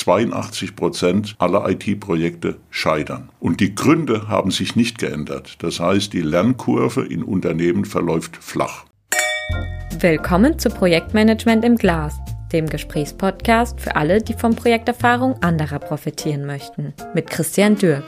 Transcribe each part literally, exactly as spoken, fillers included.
zweiundachtzig Prozent aller I T-Projekte scheitern. Und die Gründe haben sich nicht geändert. Das heißt, die Lernkurve in Unternehmen verläuft flach. Willkommen zu Projektmanagement im Glas, dem Gesprächspodcast für alle, die von Projekterfahrung anderer profitieren möchten. Mit Christian Dürk.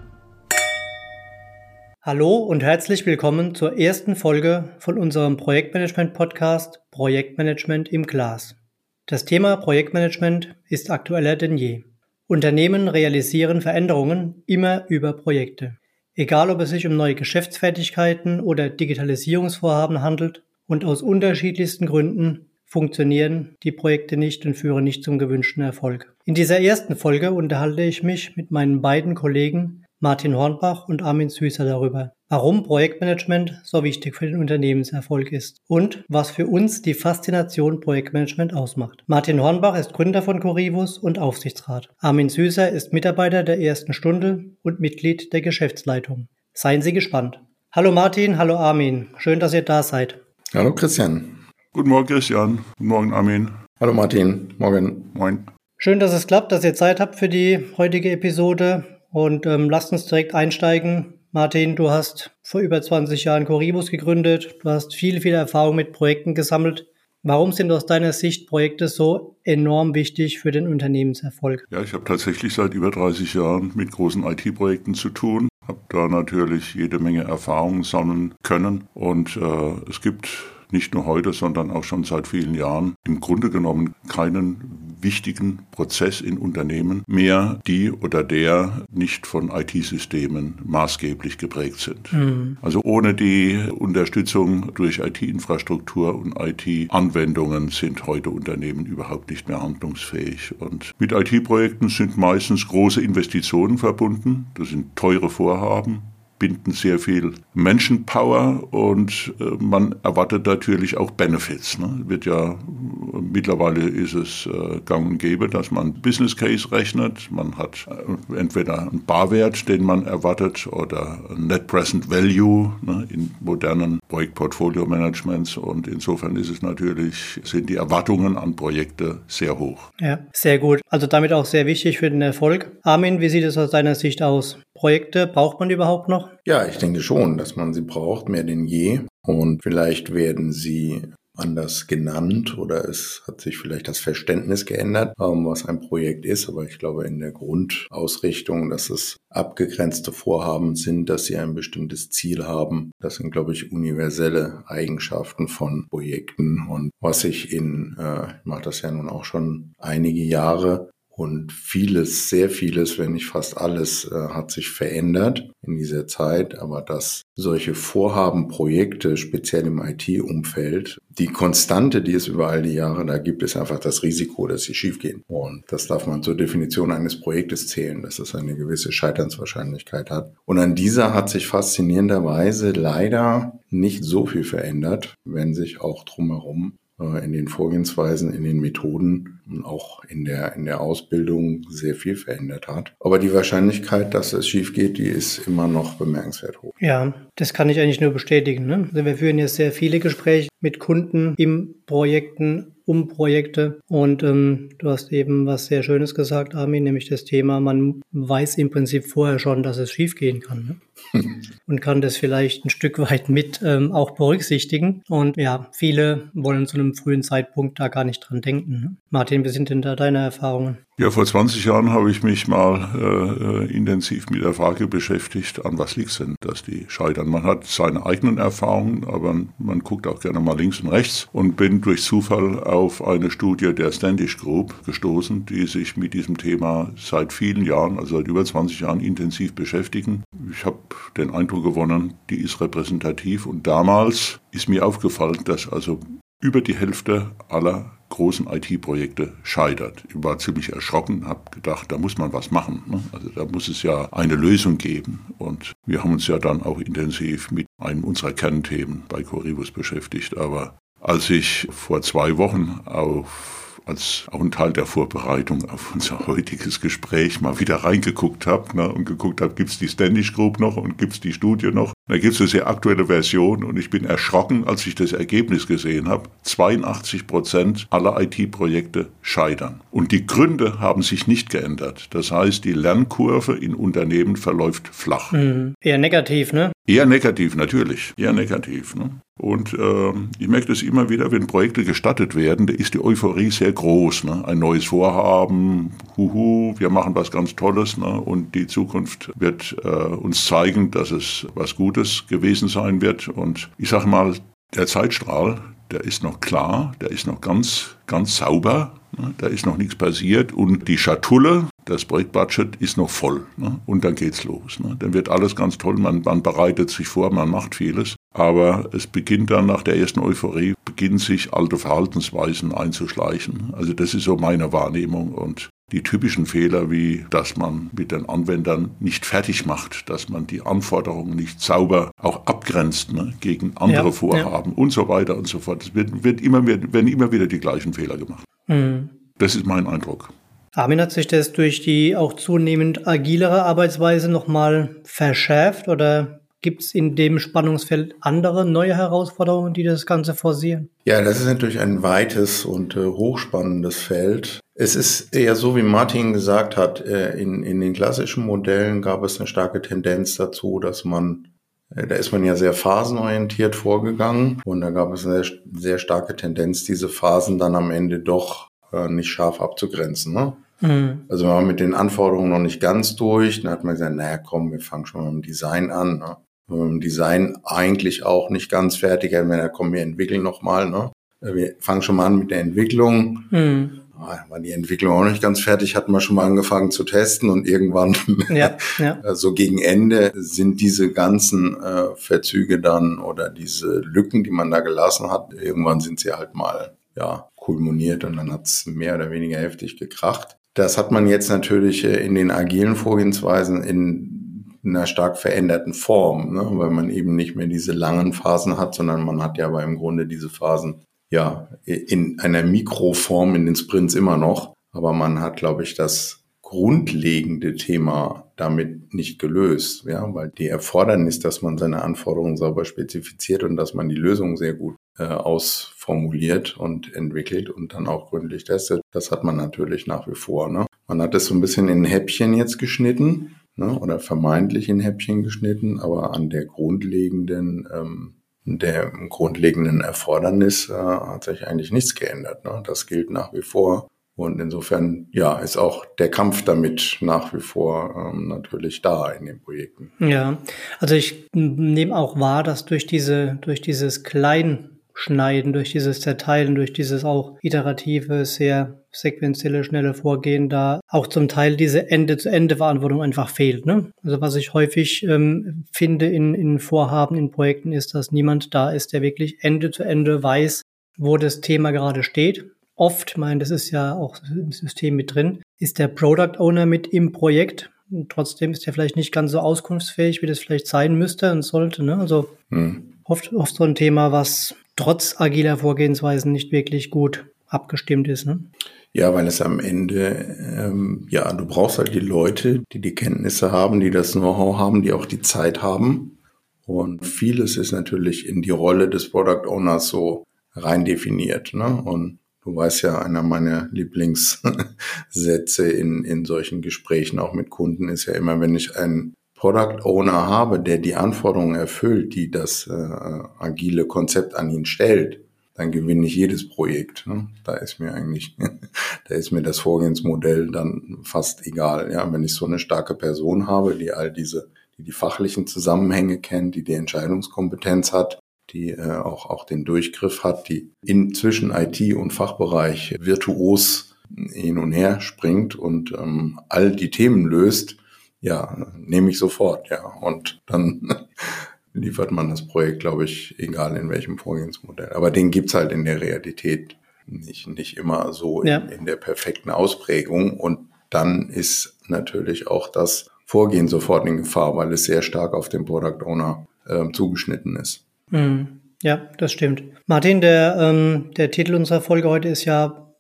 Hallo und herzlich willkommen zur ersten Folge von unserem Projektmanagement-Podcast Projektmanagement im Glas. Das Thema Projektmanagement ist aktueller denn je. Unternehmen realisieren Veränderungen immer über Projekte. Egal, ob es sich um neue Geschäftsfertigkeiten oder Digitalisierungsvorhaben handelt, und aus unterschiedlichsten Gründen funktionieren die Projekte nicht und führen nicht zum gewünschten Erfolg. In dieser ersten Folge unterhalte ich mich mit meinen beiden Kollegen Martin Hornbach und Armin Süßer darüber, warum Projektmanagement so wichtig für den Unternehmenserfolg ist und was für uns die Faszination Projektmanagement ausmacht. Martin Hornbach ist Gründer von Corrivus und Aufsichtsrat. Armin Süßer ist Mitarbeiter der ersten Stunde und Mitglied der Geschäftsleitung. Seien Sie gespannt. Hallo Martin, hallo Armin. Schön, dass ihr da seid. Hallo Christian. Guten Morgen Christian. Guten Morgen Armin. Hallo Martin. Morgen. Moin. Schön, dass es klappt, dass ihr Zeit habt für die heutige Episode. Und ähm, lasst uns direkt einsteigen. Martin, du hast vor über zwanzig Jahren Corrivus gegründet. Du hast viel, viel Erfahrung mit Projekten gesammelt. Warum sind aus deiner Sicht Projekte so enorm wichtig für den Unternehmenserfolg? Ja, ich habe tatsächlich seit über dreißig Jahren mit großen I T-Projekten zu tun. Habe da natürlich jede Menge Erfahrungen sammeln können. Und äh, es gibt nicht nur heute, sondern auch schon seit vielen Jahren im Grunde genommen keinen wichtigen Prozess in Unternehmen mehr, die oder der nicht von I T-Systemen maßgeblich geprägt sind. Mhm. Also ohne die Unterstützung durch I T-Infrastruktur und I T-Anwendungen sind heute Unternehmen überhaupt nicht mehr handlungsfähig. Und mit I T-Projekten sind meistens große Investitionen verbunden. Das sind teure Vorhaben, binden sehr viel Menschenpower und äh, man erwartet natürlich auch Benefits. Ne? Wird ja, mittlerweile ist es äh, gang und gäbe, dass man Business Case rechnet. Man hat äh, entweder einen Barwert, den man erwartet, oder Net Present Value, ne, in modernen Projektportfolio-Managements. Und insofern ist es natürlich, sind die Erwartungen an Projekte sehr hoch. Ja, sehr gut. Also damit auch sehr wichtig für den Erfolg. Armin, wie sieht es aus deiner Sicht aus? Projekte braucht man überhaupt noch? Ja, ich denke schon, dass man sie braucht, mehr denn je. Und vielleicht werden sie anders genannt oder es hat sich vielleicht das Verständnis geändert, was ein Projekt ist. Aber ich glaube in der Grundausrichtung, dass es abgegrenzte Vorhaben sind, dass sie ein bestimmtes Ziel haben. Das sind, glaube ich, universelle Eigenschaften von Projekten. Und was ich in, äh, ich mache das ja nun auch schon einige Jahre, und vieles, sehr vieles, wenn nicht fast alles, äh, hat sich verändert in dieser Zeit. Aber dass solche Vorhaben, Projekte, speziell im I T-Umfeld, die Konstante, die es über all die Jahre da gibt, ist einfach das Risiko, dass sie schiefgehen. Und das darf man zur Definition eines Projektes zählen, dass es eine gewisse Scheiternswahrscheinlichkeit hat. Und an dieser hat sich faszinierenderweise leider nicht so viel verändert, wenn sich auch drumherum in den Vorgehensweisen, in den Methoden und auch in der, in der Ausbildung sehr viel verändert hat. Aber die Wahrscheinlichkeit, dass es schief geht, die ist immer noch bemerkenswert hoch. Ja, das kann ich eigentlich nur bestätigen. Ne? Also wir führen jetzt sehr viele Gespräche mit Kunden in Projekten, um Projekte. Und ähm, du hast eben was sehr Schönes gesagt, Armin, nämlich das Thema, man weiß im Prinzip vorher schon, dass es schief gehen kann. Ne? Und kann das vielleicht ein Stück weit mit ähm, auch berücksichtigen. Und ja, viele wollen zu einem frühen Zeitpunkt da gar nicht dran denken. Ne? Martin, wie sind denn da deine Erfahrungen? Ja, vor zwanzig Jahren habe ich mich mal äh, intensiv mit der Frage beschäftigt, an was liegt es denn, dass die scheitern. Man hat seine eigenen Erfahrungen, aber man guckt auch gerne mal links und rechts und bin durch Zufall auf eine Studie der Standish Group gestoßen, die sich mit diesem Thema seit vielen Jahren, also seit über zwanzig Jahren intensiv beschäftigen. Ich habe den Eindruck gewonnen, die ist repräsentativ und damals ist mir aufgefallen, dass also über die Hälfte aller großen I T-Projekte scheitert. Ich war ziemlich erschrocken, habe gedacht, da muss man was machen. Ne? Also da muss es ja eine Lösung geben. Und wir haben uns ja dann auch intensiv mit einem unserer Kernthemen bei Corrivus beschäftigt. Aber als ich vor zwei Wochen auf als auch ein Teil der Vorbereitung auf unser heutiges Gespräch mal wieder reingeguckt habe, ne, und geguckt habe, gibt es die Standish Group noch und gibt es die Studie noch, Da gibt es eine sehr aktuelle Version und ich bin erschrocken, als ich das Ergebnis gesehen habe. zweiundachtzig Prozent aller I T-Projekte scheitern. Und die Gründe haben sich nicht geändert. Das heißt, die Lernkurve in Unternehmen verläuft flach. Mhm. Eher negativ, ne? Eher negativ, natürlich. Eher negativ. Ne? Und äh, ich merke das immer wieder, wenn Projekte gestartet werden, da ist die Euphorie sehr groß. Ne? Ein neues Vorhaben, huhu, wir machen was ganz Tolles. Ne? Und die Zukunft wird äh, uns zeigen, dass es was Gutes gewesen sein wird. Und ich sage mal, der Zeitstrahl, der ist noch klar, der ist noch ganz, ganz sauber. Ne? Da ist noch nichts passiert. Und die Schatulle, das Projektbudget ist noch voll. Ne? Und dann geht's los. Ne? Dann wird alles ganz toll, man, man bereitet sich vor, man macht vieles. Aber es beginnt dann nach der ersten Euphorie, beginnen sich alte Verhaltensweisen einzuschleichen. Also das ist so meine Wahrnehmung. Und die typischen Fehler, wie dass man mit den Anwendern nicht fertig macht, dass man die Anforderungen nicht sauber auch abgrenzt, ne, gegen andere ja, Vorhaben ja. und so weiter und so fort. Es wird, wird immer, werden immer wieder die gleichen Fehler gemacht. Mhm. Das ist mein Eindruck. Armin, hat sich das durch die auch zunehmend agilere Arbeitsweise nochmal verschärft oder gibt es in dem Spannungsfeld andere neue Herausforderungen, die das Ganze forcieren? Ja, das ist natürlich ein weites und äh, hochspannendes Feld. Es ist eher so, wie Martin gesagt hat, äh, in, in den klassischen Modellen gab es eine starke Tendenz dazu, dass man, äh, da ist man ja sehr phasenorientiert vorgegangen und da gab es eine sehr, sehr starke Tendenz, diese Phasen dann am Ende doch äh, nicht scharf abzugrenzen, ne? Mhm. Also man war mit den Anforderungen noch nicht ganz durch, dann hat man gesagt, naja komm, wir fangen schon mal mit dem Design an, ne? Im Design eigentlich auch nicht ganz fertig, wenn wir kommen, wir entwickeln nochmal, ne? Wir fangen schon mal an mit der Entwicklung. Mhm. War die Entwicklung auch nicht ganz fertig, hatten wir schon mal angefangen zu testen und irgendwann, ja, ja. so gegen Ende, sind diese ganzen äh, Verzüge dann oder diese Lücken, die man da gelassen hat, irgendwann sind sie halt mal, ja, kulminiert und dann hat's mehr oder weniger heftig gekracht. Das hat man jetzt natürlich äh, in den agilen Vorgehensweisen in in einer stark veränderten Form, ne? Weil man eben nicht mehr diese langen Phasen hat, sondern man hat ja aber im Grunde diese Phasen ja in einer Mikroform in den Sprints immer noch, aber man hat, glaube ich, das grundlegende Thema damit nicht gelöst, ja, weil die Erfordernis, dass man seine Anforderungen sauber spezifiziert und dass man die Lösung sehr gut äh, ausformuliert und entwickelt und dann auch gründlich testet, das hat man natürlich nach wie vor, ne? Man hat es so ein bisschen in Häppchen jetzt geschnitten, ne, oder vermeintlich in Häppchen geschnitten, aber an der grundlegenden, ähm, der grundlegenden Erfordernis äh, hat sich eigentlich nichts geändert, ne? Das gilt nach wie vor. Und insofern, ja, ist auch der Kampf damit nach wie vor ähm, natürlich da in den Projekten. Ja, also ich nehme auch wahr, dass durch diese, durch dieses Kleinschneiden, durch dieses Zerteilen, durch dieses auch iterative, sehr sequenzielle, schnelle Vorgehen da auch zum Teil diese Ende-zu-Ende-Verantwortung einfach fehlt, ne? Also was ich häufig ähm, finde in, in Vorhaben, in Projekten, ist, dass niemand da ist, der wirklich Ende-zu-Ende weiß, wo das Thema gerade steht. Oft, ich meine, das ist ja auch im System mit drin, ist der Product Owner mit im Projekt. Und trotzdem ist er vielleicht nicht ganz so auskunftsfähig, wie das vielleicht sein müsste und sollte, ne? Also hm. oft, oft so ein Thema, was trotz agiler Vorgehensweisen nicht wirklich gut abgestimmt ist, ne? Ja, weil es am Ende, ähm, ja, du brauchst halt die Leute, die die Kenntnisse haben, die das Know-how haben, die auch die Zeit haben. Und vieles ist natürlich in die Rolle des Product Owners so rein definiert, ne? Und du weißt ja, einer meiner Lieblingssätze in, in solchen Gesprächen auch mit Kunden ist ja immer, wenn ich einen Product Owner habe, der die Anforderungen erfüllt, die das äh, agile Konzept an ihn stellt, dann gewinne ich jedes Projekt, ne? Da ist mir eigentlich, da ist mir das Vorgehensmodell dann fast egal. Ja, wenn ich so eine starke Person habe, die all diese, die die fachlichen Zusammenhänge kennt, die die Entscheidungskompetenz hat, die äh, auch auch den Durchgriff hat, die in zwischen I T und Fachbereich virtuos hin und her springt und ähm, all die Themen löst, ja, nehme ich sofort, ja. Und dann liefert man das Projekt, glaube ich, egal in welchem Vorgehensmodell. Aber den gibt's halt in der Realität nicht, nicht immer so ja. in, in der perfekten Ausprägung. Und dann ist natürlich auch das Vorgehen sofort in Gefahr, weil es sehr stark auf den Product Owner äh, zugeschnitten ist. Mhm. Ja, das stimmt. Martin, der, ähm, der Titel unserer Folge heute ist ja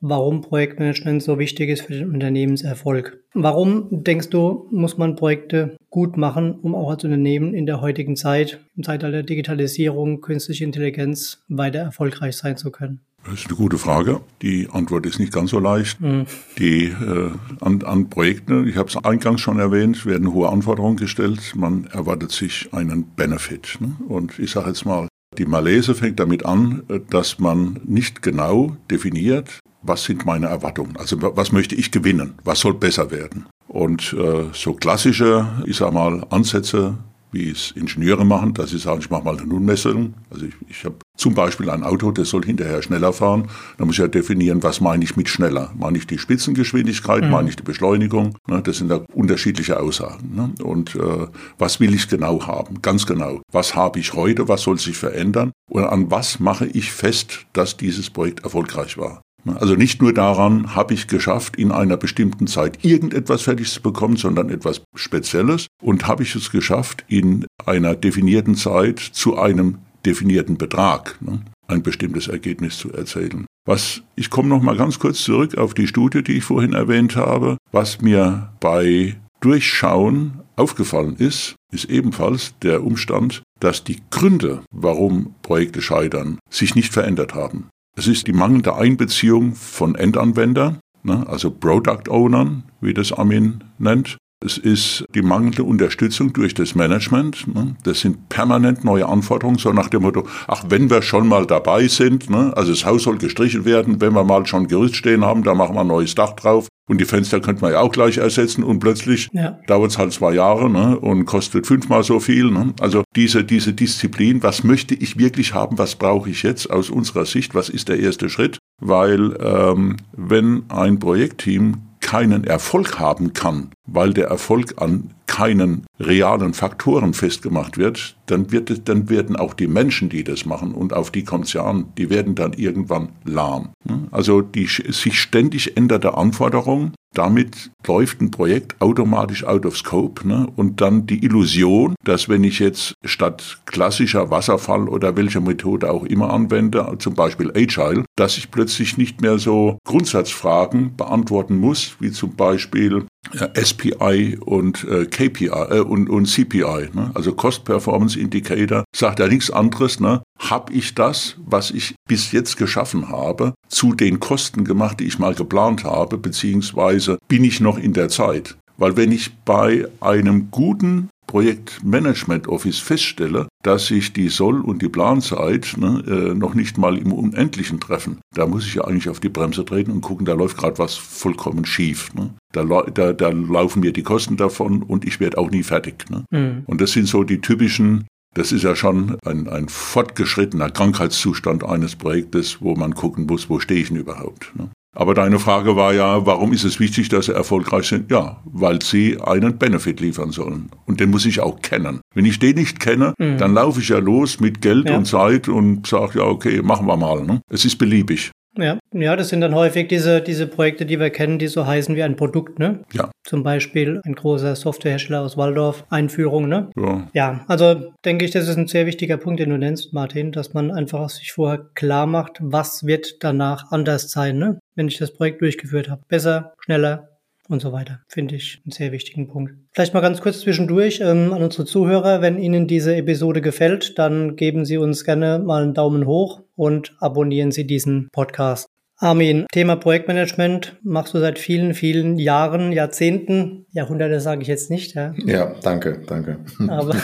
warum Projektmanagement so wichtig ist für den Unternehmenserfolg. Warum, denkst du, muss man Projekte gut machen, um auch als Unternehmen in der heutigen Zeit, im Zeitalter der Digitalisierung, künstliche Intelligenz, weiter erfolgreich sein zu können? Das ist eine gute Frage. Die Antwort ist nicht ganz so leicht. Mhm. Die äh, an, an Projekte, ich habe es eingangs schon erwähnt, werden hohe Anforderungen gestellt. Man erwartet sich einen Benefit. Ne? Und ich sage jetzt mal, die Malaise fängt damit an, dass man nicht genau definiert, was sind meine Erwartungen, also was möchte ich gewinnen, was soll besser werden. Und äh, so klassische, ich sage mal, Ansätze, wie es Ingenieure machen, dass sie sagen, ich mache mal eine Nullmessung. Also ich, ich habe zum Beispiel ein Auto, das soll hinterher schneller fahren. Da muss ich ja definieren, was meine ich mit schneller. Meine ich die Spitzengeschwindigkeit, mhm. meine ich die Beschleunigung? Ne, das sind da unterschiedliche Aussagen. Ne? Und äh, was will ich genau haben? Ganz genau. Was habe ich heute? Was soll sich verändern? Und an was mache ich fest, dass dieses Projekt erfolgreich war? Also nicht nur daran, habe ich geschafft, in einer bestimmten Zeit irgendetwas fertig zu bekommen, sondern etwas Spezielles. Und habe ich es geschafft, in einer definierten Zeit zu einem definierten Betrag, ne, ein bestimmtes Ergebnis zu erzielen. Was, ich komme noch mal ganz kurz zurück auf die Studie, die ich vorhin erwähnt habe. Was mir bei Durchschauen aufgefallen ist, ist ebenfalls der Umstand, dass die Gründe, warum Projekte scheitern, sich nicht verändert haben. Es ist die mangelnde Einbeziehung von Endanwendern, ne, also Product Ownern, wie das Armin nennt. Es ist die mangelnde Unterstützung durch das Management. Ne. Das sind permanent neue Anforderungen, so nach dem Motto, ach, wenn wir schon mal dabei sind, ne, also das Haus soll gestrichen werden, wenn wir mal schon Gerüst stehen haben, da machen wir ein neues Dach drauf. Und die Fenster könnte man ja auch gleich ersetzen und plötzlich ja. dauert es halt zwei Jahre, ne, und kostet fünfmal so viel. Ne. Also diese, diese Disziplin, was möchte ich wirklich haben, was brauche ich jetzt aus unserer Sicht, was ist der erste Schritt? Weil ähm, wenn ein Projektteam keinen Erfolg haben kann, weil der Erfolg an keinen realen Faktoren festgemacht wird, dann wird es, dann werden auch die Menschen, die das machen, und auf die kommt es ja an, die werden dann irgendwann lahm. Also die sich ständig ändernde Anforderung, damit läuft ein Projekt automatisch out of scope, ne? Und dann die Illusion, dass wenn ich jetzt statt klassischer Wasserfall oder welche Methode auch immer anwende, zum Beispiel Agile, dass ich plötzlich nicht mehr so Grundsatzfragen beantworten muss, wie zum Beispiel äh, S P I und äh, K P I äh, und, und C P I, ne? Also Cost Performance Indicator, sagt ja nichts anderes, ne? Habe ich das, was ich bis jetzt geschaffen habe, zu den Kosten gemacht, die ich mal geplant habe, beziehungsweise bin ich noch in der Zeit? Weil wenn ich bei einem guten Projektmanagement Office feststelle, dass sich die Soll- und die Planzeit ne, äh, noch nicht mal im Unendlichen treffen, da muss ich ja eigentlich auf die Bremse treten und gucken, da läuft gerade was vollkommen schief. Ne? Da, da, da laufen mir die Kosten davon und ich werde auch nie fertig. Ne? Mhm. Und das sind so die typischen, das ist ja schon ein, ein fortgeschrittener Krankheitszustand eines Projektes, wo man gucken muss, wo stehe ich denn überhaupt. Ne? Aber deine Frage war ja, warum ist es wichtig, dass sie erfolgreich sind? Ja, weil sie einen Benefit liefern sollen. Und den muss ich auch kennen. Wenn ich den nicht kenne, mhm. dann laufe ich ja los mit Geld ja. und Zeit und sage, ja, okay, machen wir mal. Ne? Es ist beliebig. Ja, ja, das sind dann häufig diese, diese Projekte, die wir kennen, die so heißen wie ein Produkt, ne? Ja. Zum Beispiel ein großer Softwarehersteller aus Walldorf, Einführung, ne? Ja. Ja, also denke ich, das ist ein sehr wichtiger Punkt, den du nennst, Martin, dass man einfach sich vorher klar macht, was wird danach anders sein, ne? Wenn ich das Projekt durchgeführt habe. Besser, schneller und so weiter. Finde ich einen sehr wichtigen Punkt. Vielleicht mal ganz kurz zwischendurch ähm, an unsere Zuhörer, wenn Ihnen diese Episode gefällt, dann geben Sie uns gerne mal einen Daumen hoch und abonnieren Sie diesen Podcast. Armin, Thema Projektmanagement machst du seit vielen, vielen Jahren, Jahrzehnten, Jahrhunderte sage ich jetzt nicht. Ja, ja danke, danke. Aber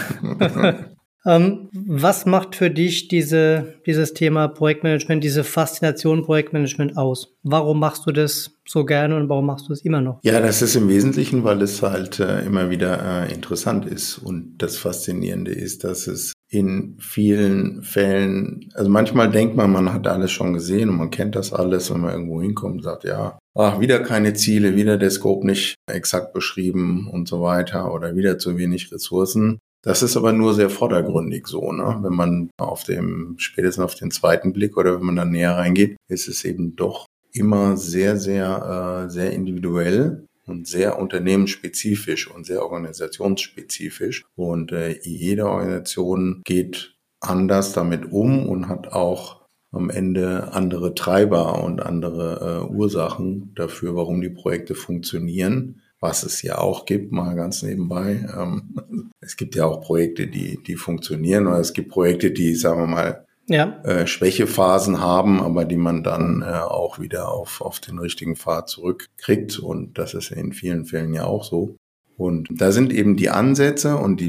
ähm, was macht für dich diese, dieses Thema Projektmanagement, diese Faszination Projektmanagement aus? Warum machst du das so gerne und warum machst du es immer noch? Ja, das ist im Wesentlichen, weil es halt äh, immer wieder äh, interessant ist. Und das Faszinierende ist, dass es in vielen Fällen, also manchmal denkt man, man hat alles schon gesehen und man kennt das alles, wenn man irgendwo hinkommt und sagt, ja, ach, wieder keine Ziele, wieder der Scope nicht exakt beschrieben und so weiter oder wieder zu wenig Ressourcen. Das ist aber nur sehr vordergründig so, ne? Wenn man auf dem, spätestens auf den zweiten Blick oder wenn man dann näher reingeht, ist es eben doch immer sehr, sehr, äh, sehr individuell und sehr unternehmensspezifisch und sehr organisationsspezifisch. Und äh, jede Organisation geht anders damit um und hat auch am Ende andere Treiber und andere äh, Ursachen dafür, warum die Projekte funktionieren, was es ja auch gibt, mal ganz nebenbei. Ähm, es gibt ja auch Projekte, die die funktionieren, oder es gibt Projekte, die, sagen wir mal, ja. äh, Schwächephasen haben, aber die man dann äh, auch wieder auf auf den richtigen Pfad zurückkriegt, und das ist in vielen Fällen ja auch so. Und da sind eben die Ansätze und die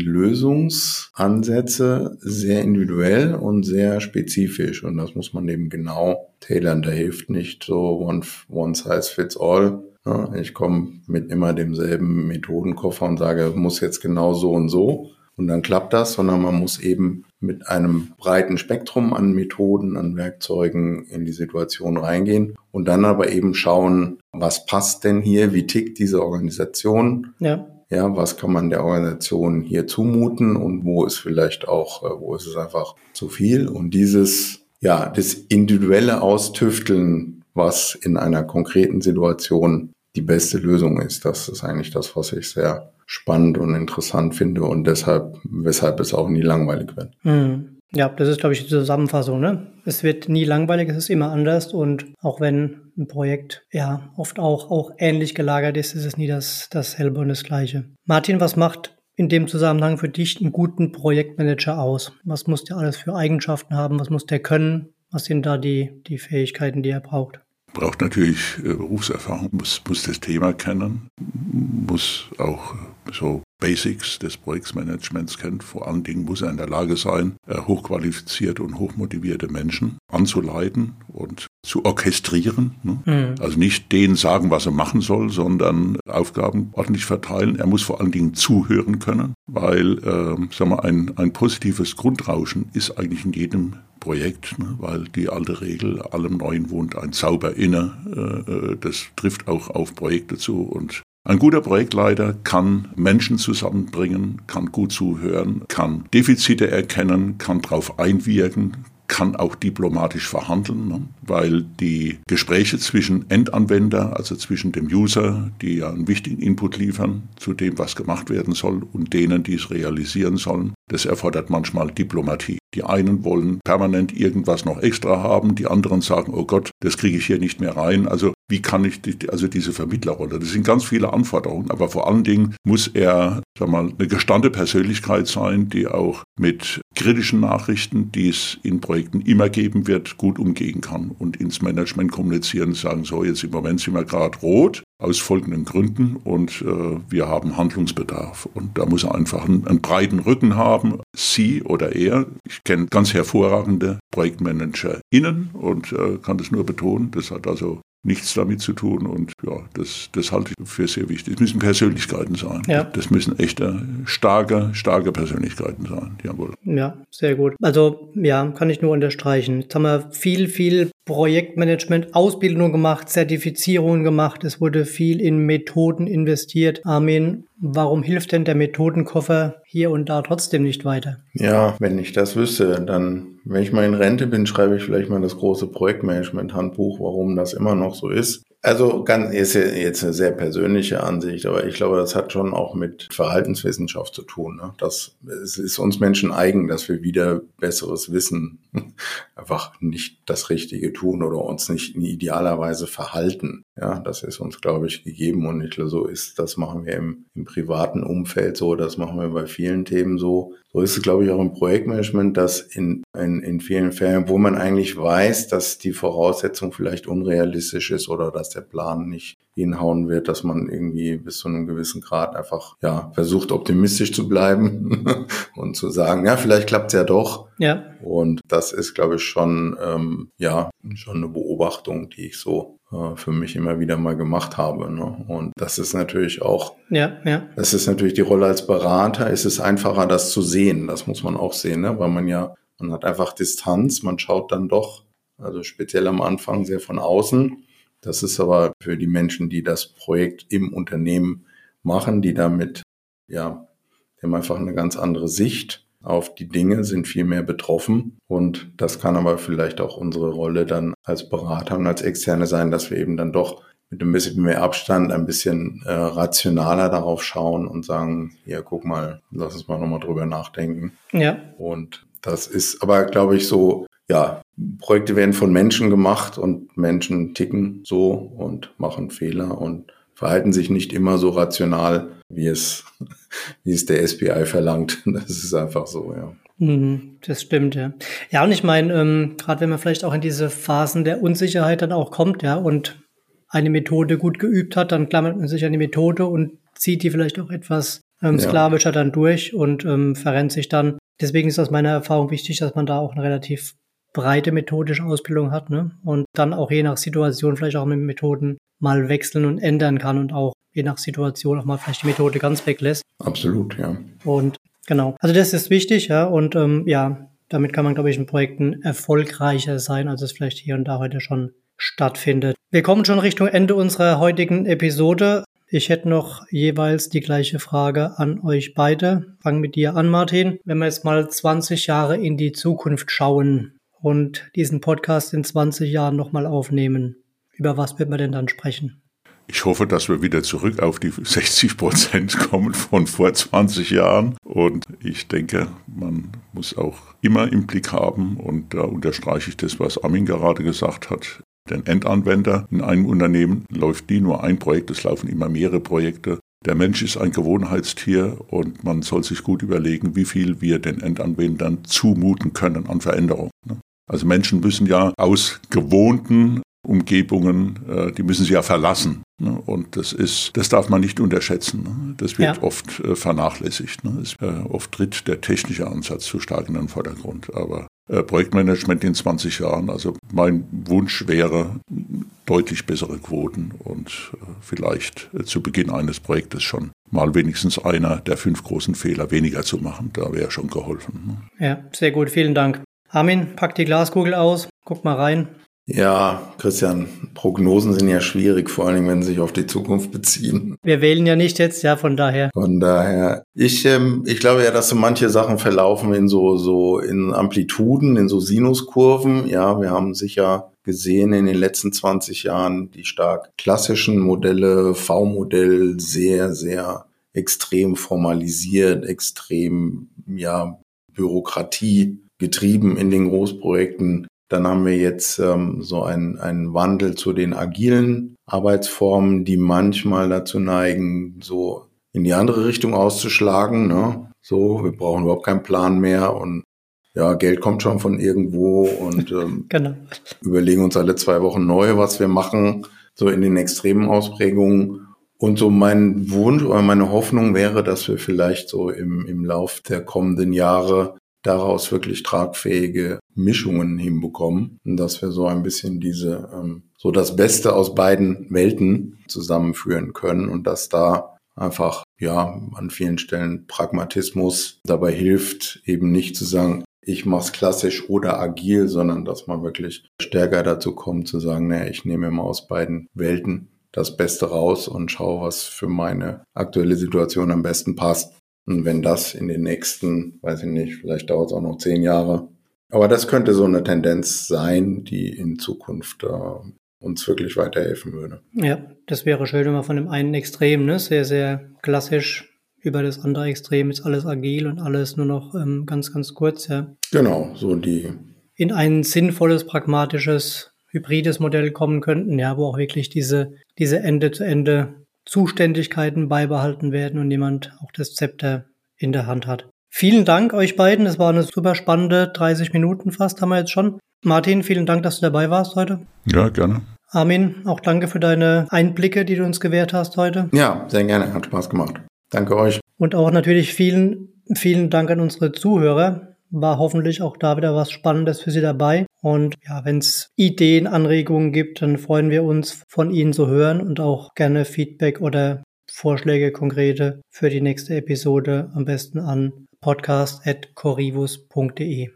Lösungsansätze sehr individuell und sehr spezifisch. Und das muss man eben genau tailern. Da hilft nicht so one, one size fits all. Ja, ich komme mit immer demselben Methodenkoffer und sage, muss jetzt genau so und so. Und dann klappt das, sondern man muss eben mit einem breiten Spektrum an Methoden, an Werkzeugen in die Situation reingehen und dann aber eben schauen, was passt denn hier, wie tickt diese Organisation? Ja. Ja, was kann man der Organisation hier zumuten und wo ist vielleicht auch, wo ist es einfach zu viel? Und dieses, ja, das individuelle Austüfteln, was in einer konkreten Situation die beste Lösung ist, das ist eigentlich das, was ich sehr spannend und interessant finde und deshalb, weshalb es auch nie langweilig wird. Mhm. Ja, das ist, glaube ich, die Zusammenfassung, ne? Es wird nie langweilig, es ist immer anders und auch wenn ein Projekt ja oft auch, auch ähnlich gelagert ist, ist es nie das, dasselbe und das Gleiche. Martin, was macht in dem Zusammenhang für dich einen guten Projektmanager aus? Was muss der alles für Eigenschaften haben? Was muss der können? Was sind da die, die Fähigkeiten, die er braucht? Braucht natürlich äh, Berufserfahrung, muss, muss das Thema kennen, muss auch so Basics des Projektmanagements kennen. Vor allen Dingen muss er in der Lage sein, äh, hochqualifizierte und hochmotivierte Menschen anzuleiten und zu orchestrieren. Ne? Mhm. Also nicht denen sagen, was er machen soll, sondern Aufgaben ordentlich verteilen. Er muss vor allen Dingen zuhören können, weil äh, sagen wir, ein, ein positives Grundrauschen ist eigentlich in jedem Projekt, ne, weil die alte Regel, allem Neuen wohnt ein Zauber inne, äh, das trifft auch auf Projekte zu und ein guter Projektleiter kann Menschen zusammenbringen, kann gut zuhören, kann Defizite erkennen, kann darauf einwirken, kann auch diplomatisch verhandeln, ne? Weil die Gespräche zwischen Endanwender, also zwischen dem User, die ja einen wichtigen Input liefern zu dem, was gemacht werden soll, und denen, die es realisieren sollen, das erfordert manchmal Diplomatie. Die einen wollen permanent irgendwas noch extra haben, die anderen sagen, oh Gott, das kriege ich hier nicht mehr rein. Also wie kann ich, die, also diese Vermittlerrolle, das sind ganz viele Anforderungen, aber vor allen Dingen muss er, sag mal, eine gestandene Persönlichkeit sein, die auch mit kritischen Nachrichten, die es in Projekten immer geben wird, gut umgehen kann und ins Management kommunizieren und sagen, so, jetzt im Moment sind wir gerade rot, aus folgenden Gründen und äh, wir haben Handlungsbedarf. Und da muss er einfach einen, einen breiten Rücken haben, sie oder er. Ich kenne ganz hervorragende ProjektmanagerInnen und äh, kann das nur betonen. Das hat also nichts damit zu tun und ja, das, das halte ich für sehr wichtig. Es müssen Persönlichkeiten sein. Ja. Das müssen echte, starke, starke Persönlichkeiten sein. Jawohl. Ja, sehr gut. Also ja, kann ich nur unterstreichen. Jetzt haben wir viel, viel Projektmanagement, Ausbildung gemacht, Zertifizierungen gemacht. Es wurde viel in Methoden investiert. Armin, warum hilft denn der Methodenkoffer hier und da trotzdem nicht weiter? Ja, wenn ich das wüsste, dann, wenn ich mal in Rente bin, schreibe ich vielleicht mal das große Projektmanagement-Handbuch, warum das immer noch so ist. Also ganz ist jetzt eine sehr persönliche Ansicht, aber ich glaube, das hat schon auch mit Verhaltenswissenschaft zu tun. Ne? Das es ist uns Menschen eigen, dass wir wieder besseres Wissen einfach nicht das Richtige tun oder uns nicht in idealerweise verhalten. Ja, das ist uns, glaube ich, gegeben und ich glaube, so ist, das machen wir im, im privaten Umfeld so, das machen wir bei vielen Themen so. So ist es, glaube ich, auch im Projektmanagement, dass in, in, in vielen Fällen, wo man eigentlich weiß, dass die Voraussetzung vielleicht unrealistisch ist oder dass der Plan nicht hinhauen wird, dass man irgendwie bis zu einem gewissen Grad einfach, ja, versucht, optimistisch zu bleiben und zu sagen, ja, vielleicht klappt's ja doch. Ja. Und das ist, glaube ich, schon, ähm, ja, schon eine Beobachtung, die ich so für mich immer wieder mal gemacht habe. Ne? Und das ist natürlich auch, ja, ja. das ist natürlich die Rolle als Berater, ist es einfacher, das zu sehen. Das muss man auch sehen, ne? Weil man ja, man hat einfach Distanz, man schaut dann doch, also speziell am Anfang sehr von außen. Das ist aber für die Menschen, die das Projekt im Unternehmen machen, die damit, ja, die haben einfach eine ganz andere Sicht auf die Dinge, sind viel mehr betroffen und das kann aber vielleicht auch unsere Rolle dann als Berater und als Externe sein, dass wir eben dann doch mit ein bisschen mehr Abstand, ein bisschen äh, rationaler darauf schauen und sagen, ja, guck mal, lass uns mal nochmal drüber nachdenken. Ja. Und das ist aber, glaube ich, so ja, Projekte werden von Menschen gemacht und Menschen ticken so und machen Fehler und verhalten sich nicht immer so rational, wie es, wie es der S P I verlangt. Das ist einfach so, ja. Das stimmt, ja. Ja, und ich meine, ähm, gerade wenn man vielleicht auch in diese Phasen der Unsicherheit dann auch kommt, ja, und eine Methode gut geübt hat, dann klammert man sich an die Methode und zieht die vielleicht auch etwas ähm, sklavischer dann durch und ähm, verrennt sich dann. Deswegen ist aus meiner Erfahrung wichtig, dass man da auch eine relativ breite methodische Ausbildung hat, ne? Und dann auch je nach Situation vielleicht auch mit Methoden mal wechseln und ändern kann und auch je nach Situation auch mal vielleicht die Methode ganz weglässt. Absolut, ja. Und genau, also das ist wichtig, ja, und ähm, ja, damit kann man, glaube ich, in Projekten erfolgreicher sein, als es vielleicht hier und da heute schon stattfindet. Wir kommen schon Richtung Ende unserer heutigen Episode. Ich hätte noch jeweils die gleiche Frage an euch beide. Fangen mit dir an, Martin. Wenn wir jetzt mal zwanzig Jahre in die Zukunft schauen und diesen Podcast in zwanzig Jahren nochmal aufnehmen, über was wird man denn dann sprechen? Ich hoffe, dass wir wieder zurück auf die sechzig Prozent kommen von vor zwanzig Jahren. Und ich denke, man muss auch immer im Blick haben, und da unterstreiche ich das, was Armin gerade gesagt hat, den Endanwender in einem Unternehmen läuft nie nur ein Projekt, es laufen immer mehrere Projekte. Der Mensch ist ein Gewohnheitstier und man soll sich gut überlegen, wie viel wir den Endanwendern zumuten können an Veränderung. Also Menschen müssen ja aus gewohnten Umgebungen, die müssen sie ja verlassen. Und das ist, das darf man nicht unterschätzen. Das wird ja. oft vernachlässigt. Oft tritt der technische Ansatz zu stark in den Vordergrund. Aber Projektmanagement in zwanzig Jahren, also mein Wunsch wäre deutlich bessere Quoten und vielleicht zu Beginn eines Projektes schon mal wenigstens einer der fünf großen Fehler weniger zu machen. Da wäre schon geholfen. Ja, sehr gut. Vielen Dank. Armin, pack die Glaskugel aus, guck mal rein. Ja, Christian, Prognosen sind ja schwierig, vor allem wenn sie sich auf die Zukunft beziehen. Wir wählen ja nicht jetzt, ja, von daher. Von daher, ich ähm, ich glaube ja, dass so manche Sachen verlaufen in so so in Amplituden, in so Sinuskurven. Ja, wir haben sicher gesehen in den letzten zwanzig Jahren die stark klassischen Modelle, V-Modell, sehr, sehr extrem formalisiert, extrem, ja, Bürokratie getrieben in den Großprojekten. Dann haben wir jetzt ähm, so einen, einen Wandel zu den agilen Arbeitsformen, die manchmal dazu neigen, so in die andere Richtung auszuschlagen. Ne? So, wir brauchen überhaupt keinen Plan mehr und ja, Geld kommt schon von irgendwo und ähm, genau. überlegen uns alle zwei Wochen neu, was wir machen, so in den extremen Ausprägungen. Und so mein Wunsch oder meine Hoffnung wäre, dass wir vielleicht so im, im Lauf der kommenden Jahre daraus wirklich tragfähige Mischungen hinbekommen und dass wir so ein bisschen diese, ähm, so das Beste aus beiden Welten zusammenführen können und dass da einfach, ja, an vielen Stellen Pragmatismus dabei hilft, eben nicht zu sagen, ich mach's klassisch oder agil, sondern dass man wirklich stärker dazu kommt zu sagen, naja, ich nehme immer aus beiden Welten das Beste raus und schaue, was für meine aktuelle Situation am besten passt. Und wenn das in den nächsten, weiß ich nicht, vielleicht dauert es auch noch zehn Jahre. Aber das könnte so eine Tendenz sein, die in Zukunft äh, uns wirklich weiterhelfen würde. Ja, das wäre schön, wenn man von dem einen Extrem, ne, sehr, sehr klassisch, über das andere Extrem ist alles agil und alles nur noch ähm, ganz, ganz kurz. Ja. Genau, so die. In ein sinnvolles, pragmatisches, hybrides Modell kommen könnten, ja, wo auch wirklich diese, diese Ende-zu-Ende Zuständigkeiten beibehalten werden und jemand auch das Zepter in der Hand hat. Vielen Dank euch beiden. Das war eine super spannende dreißig Minuten fast, haben wir jetzt schon. Martin, vielen Dank, dass du dabei warst heute. Ja, gerne. Armin, auch danke für deine Einblicke, die du uns gewährt hast heute. Ja, sehr gerne. Hat Spaß gemacht. Danke euch. Und auch natürlich vielen, vielen Dank an unsere Zuhörer. War hoffentlich auch da wieder was Spannendes für Sie dabei. Und ja, wenn es Ideen, Anregungen gibt, dann freuen wir uns, von Ihnen zu hören und auch gerne Feedback oder Vorschläge konkrete für die nächste Episode am besten an podcast at corrivus punkt de.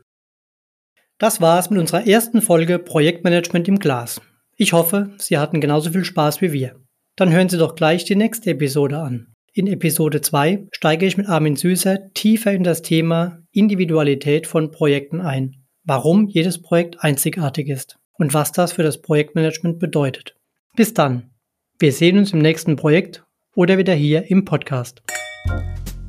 Das war's mit unserer ersten Folge Projektmanagement im Glas. Ich hoffe, Sie hatten genauso viel Spaß wie wir. Dann hören Sie doch gleich die nächste Episode an. In Episode zwei steige ich mit Armin Süßer tiefer in das Thema Individualität von Projekten ein, warum jedes Projekt einzigartig ist und was das für das Projektmanagement bedeutet. Bis dann. Wir sehen uns im nächsten Projekt oder wieder hier im Podcast.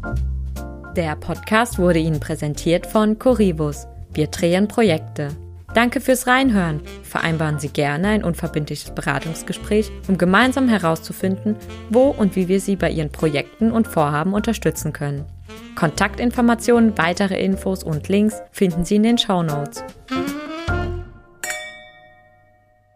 Der Podcast wurde Ihnen präsentiert von Corrivus. Wir drehen Projekte. Danke fürs Reinhören. Vereinbaren Sie gerne ein unverbindliches Beratungsgespräch, um gemeinsam herauszufinden, wo und wie wir Sie bei Ihren Projekten und Vorhaben unterstützen können. Kontaktinformationen, weitere Infos und Links finden Sie in den Shownotes.